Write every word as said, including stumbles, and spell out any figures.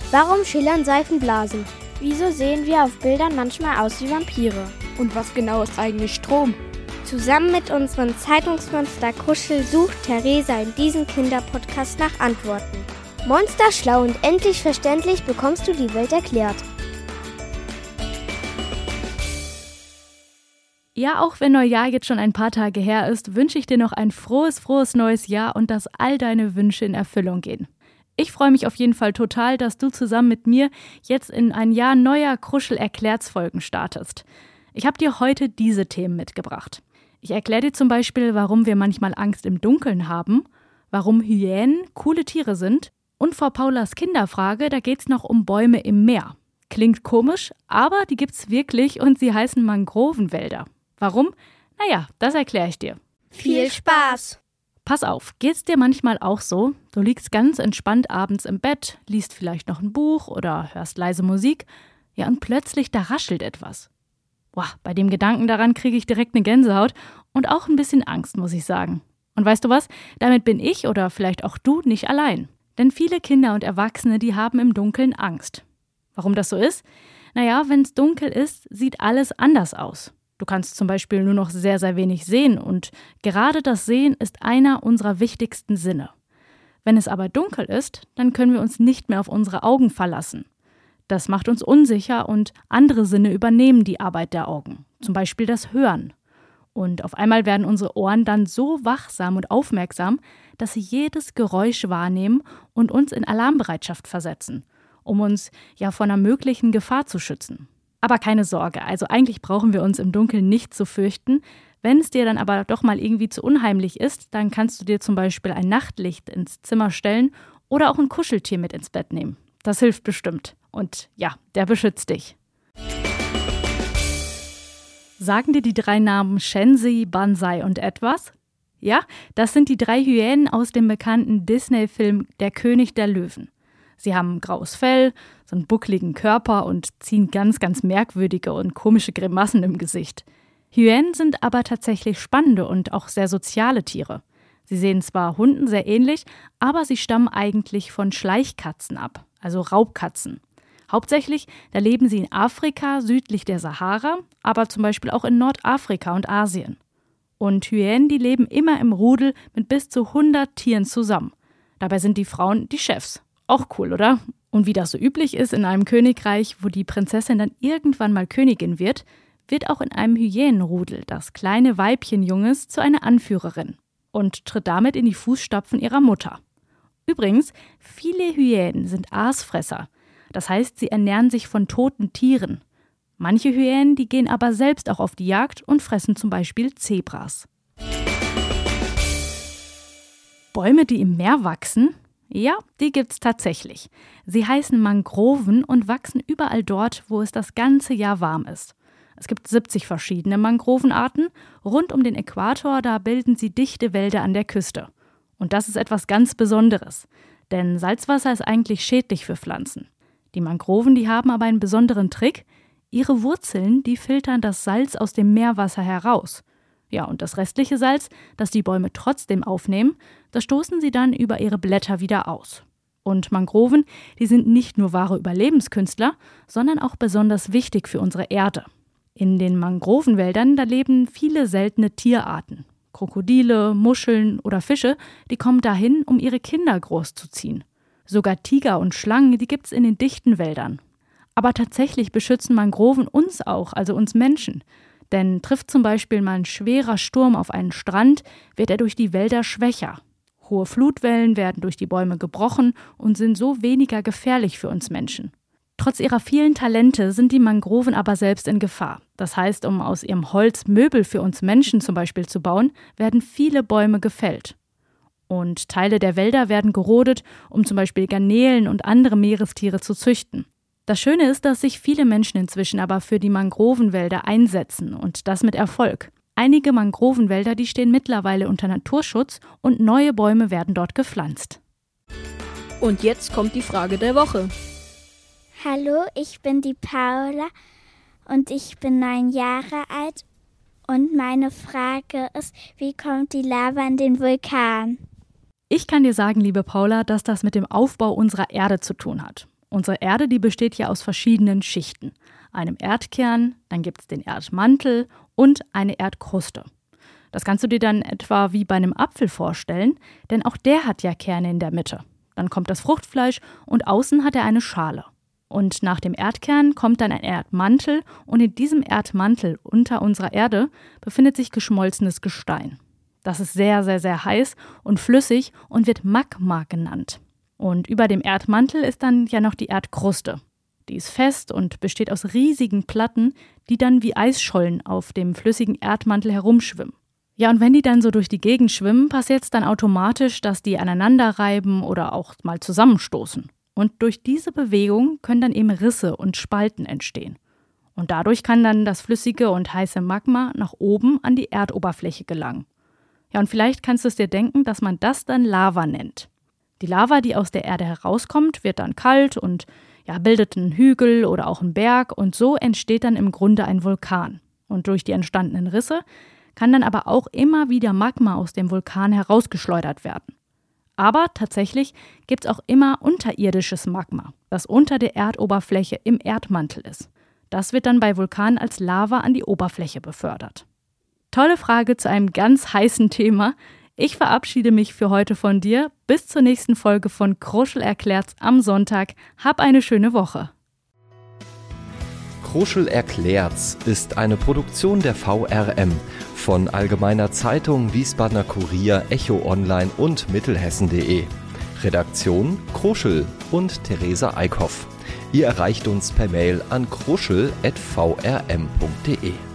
Warum schillern Seifenblasen? Wieso sehen wir auf Bildern manchmal aus wie Vampire? Und was genau ist eigentlich Strom? Zusammen mit unserem Zeitungsmonster Kuschel sucht Theresa in diesem Kinderpodcast nach Antworten. Monster schlau und endlich verständlich bekommst du die Welt erklärt. Ja, auch wenn Neujahr jetzt schon ein paar Tage her ist, wünsche ich dir noch ein frohes, frohes neues Jahr und dass all deine Wünsche in Erfüllung gehen. Ich freue mich auf jeden Fall total, dass du zusammen mit mir jetzt in ein Jahr neuer Kuschel-Erklärtsfolgen startest. Ich habe dir heute diese Themen mitgebracht. Ich erkläre dir zum Beispiel, warum wir manchmal Angst im Dunkeln haben, warum Hyänen coole Tiere sind und vor Paulas Kinderfrage, da geht es noch um Bäume im Meer. Klingt komisch, aber die gibt's wirklich und sie heißen Mangrovenwälder. Warum? Naja, das erkläre ich dir. Viel Spaß! Pass auf, geht's dir manchmal auch so? Du liegst ganz entspannt abends im Bett, liest vielleicht noch ein Buch oder hörst leise Musik. Ja, und plötzlich da raschelt etwas. Boah, bei dem Gedanken daran kriege ich direkt eine Gänsehaut und auch ein bisschen Angst, muss ich sagen. Und weißt du was? Damit bin ich oder vielleicht auch du nicht allein. Denn viele Kinder und Erwachsene, die haben im Dunkeln Angst. Warum das so ist? Naja, wenn es dunkel ist, sieht alles anders aus. Du kannst zum Beispiel nur noch sehr, sehr wenig sehen und gerade das Sehen ist einer unserer wichtigsten Sinne. Wenn es aber dunkel ist, dann können wir uns nicht mehr auf unsere Augen verlassen. Das macht uns unsicher und andere Sinne übernehmen die Arbeit der Augen, zum Beispiel das Hören. Und auf einmal werden unsere Ohren dann so wachsam und aufmerksam, dass sie jedes Geräusch wahrnehmen und uns in Alarmbereitschaft versetzen, um uns ja vor einer möglichen Gefahr zu schützen. Aber keine Sorge, also eigentlich brauchen wir uns im Dunkeln nicht zu fürchten. Wenn es dir dann aber doch mal irgendwie zu unheimlich ist, dann kannst du dir zum Beispiel ein Nachtlicht ins Zimmer stellen oder auch ein Kuscheltier mit ins Bett nehmen. Das hilft bestimmt. Und ja, der beschützt dich. Sagen dir die drei Namen Shenzi, Banzai und etwas? Ja, das sind die drei Hyänen aus dem bekannten Disney-Film Der König der Löwen. Sie haben graues Fell, so einen buckligen Körper und ziehen ganz, ganz merkwürdige und komische Grimassen im Gesicht. Hyänen sind aber tatsächlich spannende und auch sehr soziale Tiere. Sie sehen zwar Hunden sehr ähnlich, aber sie stammen eigentlich von Schleichkatzen ab, also Raubkatzen. Hauptsächlich, da leben sie in Afrika, südlich der Sahara, aber zum Beispiel auch in Nordafrika und Asien. Und Hyänen, die leben immer im Rudel mit bis zu hundert Tieren zusammen. Dabei sind die Frauen die Chefs. Auch cool, oder? Und wie das so üblich ist in einem Königreich, wo die Prinzessin dann irgendwann mal Königin wird, wird auch in einem Hyänenrudel das kleine Weibchenjunges zu einer Anführerin und tritt damit in die Fußstapfen ihrer Mutter. Übrigens, viele Hyänen sind Aasfresser. Das heißt, sie ernähren sich von toten Tieren. Manche Hyänen, die gehen aber selbst auch auf die Jagd und fressen zum Beispiel Zebras. Bäume, die im Meer wachsen? Ja, die gibt's tatsächlich. Sie heißen Mangroven und wachsen überall dort, wo es das ganze Jahr warm ist. Es gibt siebzig verschiedene Mangrovenarten. Rund um den Äquator, da bilden sie dichte Wälder an der Küste. Und das ist etwas ganz Besonderes, denn Salzwasser ist eigentlich schädlich für Pflanzen. Die Mangroven, die haben aber einen besonderen Trick. Ihre Wurzeln, die filtern das Salz aus dem Meerwasser heraus. Ja, und das restliche Salz, das die Bäume trotzdem aufnehmen, das stoßen sie dann über ihre Blätter wieder aus. Und Mangroven, die sind nicht nur wahre Überlebenskünstler, sondern auch besonders wichtig für unsere Erde. In den Mangrovenwäldern, da leben viele seltene Tierarten. Krokodile, Muscheln oder Fische, die kommen dahin, um ihre Kinder großzuziehen. Sogar Tiger und Schlangen, die gibt's in den dichten Wäldern. Aber tatsächlich beschützen Mangroven uns auch, also uns Menschen. Denn trifft zum Beispiel mal ein schwerer Sturm auf einen Strand, wird er durch die Wälder schwächer. Hohe Flutwellen werden durch die Bäume gebrochen und sind so weniger gefährlich für uns Menschen. Trotz ihrer vielen Talente sind die Mangroven aber selbst in Gefahr. Das heißt, um aus ihrem Holz Möbel für uns Menschen zum Beispiel zu bauen, werden viele Bäume gefällt. Und Teile der Wälder werden gerodet, um zum Beispiel Garnelen und andere Meerestiere zu züchten. Das Schöne ist, dass sich viele Menschen inzwischen aber für die Mangrovenwälder einsetzen und das mit Erfolg. Einige Mangrovenwälder, die stehen mittlerweile unter Naturschutz und neue Bäume werden dort gepflanzt. Und jetzt kommt die Frage der Woche. Hallo, ich bin die Paula und ich bin neun Jahre alt und meine Frage ist, wie kommt die Lava in den Vulkan? Ich kann dir sagen, liebe Paula, dass das mit dem Aufbau unserer Erde zu tun hat. Unsere Erde, die besteht ja aus verschiedenen Schichten. Einem Erdkern, dann gibt es den Erdmantel und eine Erdkruste. Das kannst du dir dann etwa wie bei einem Apfel vorstellen, denn auch der hat ja Kerne in der Mitte. Dann kommt das Fruchtfleisch und außen hat er eine Schale. Und nach dem Erdkern kommt dann ein Erdmantel und in diesem Erdmantel unter unserer Erde befindet sich geschmolzenes Gestein. Das ist sehr, sehr, sehr heiß und flüssig und wird Magma genannt. Und über dem Erdmantel ist dann ja noch die Erdkruste. Die ist fest und besteht aus riesigen Platten, die dann wie Eisschollen auf dem flüssigen Erdmantel herumschwimmen. Ja, und wenn die dann so durch die Gegend schwimmen, passiert es dann automatisch, dass die aneinander reiben oder auch mal zusammenstoßen. Und durch diese Bewegung können dann eben Risse und Spalten entstehen. Und dadurch kann dann das flüssige und heiße Magma nach oben an die Erdoberfläche gelangen. Ja, und vielleicht kannst du es dir denken, dass man das dann Lava nennt. Die Lava, die aus der Erde herauskommt, wird dann kalt und ja, bildet einen Hügel oder auch einen Berg und so entsteht dann im Grunde ein Vulkan. Und durch die entstandenen Risse kann dann aber auch immer wieder Magma aus dem Vulkan herausgeschleudert werden. Aber tatsächlich gibt es auch immer unterirdisches Magma, das unter der Erdoberfläche im Erdmantel ist. Das wird dann bei Vulkanen als Lava an die Oberfläche befördert. Tolle Frage zu einem ganz heißen Thema. Ich verabschiede mich für heute von dir. Bis zur nächsten Folge von Kruschel erklärt's am Sonntag. Hab eine schöne Woche. Kruschel erklärt's ist eine Produktion der V R M von Allgemeiner Zeitung, Wiesbadener Kurier, Echo Online und Mittelhessen punkt de. Redaktion Kruschel und Theresa Eickhoff. Ihr erreicht uns per Mail an kruschel at v r m punkt de.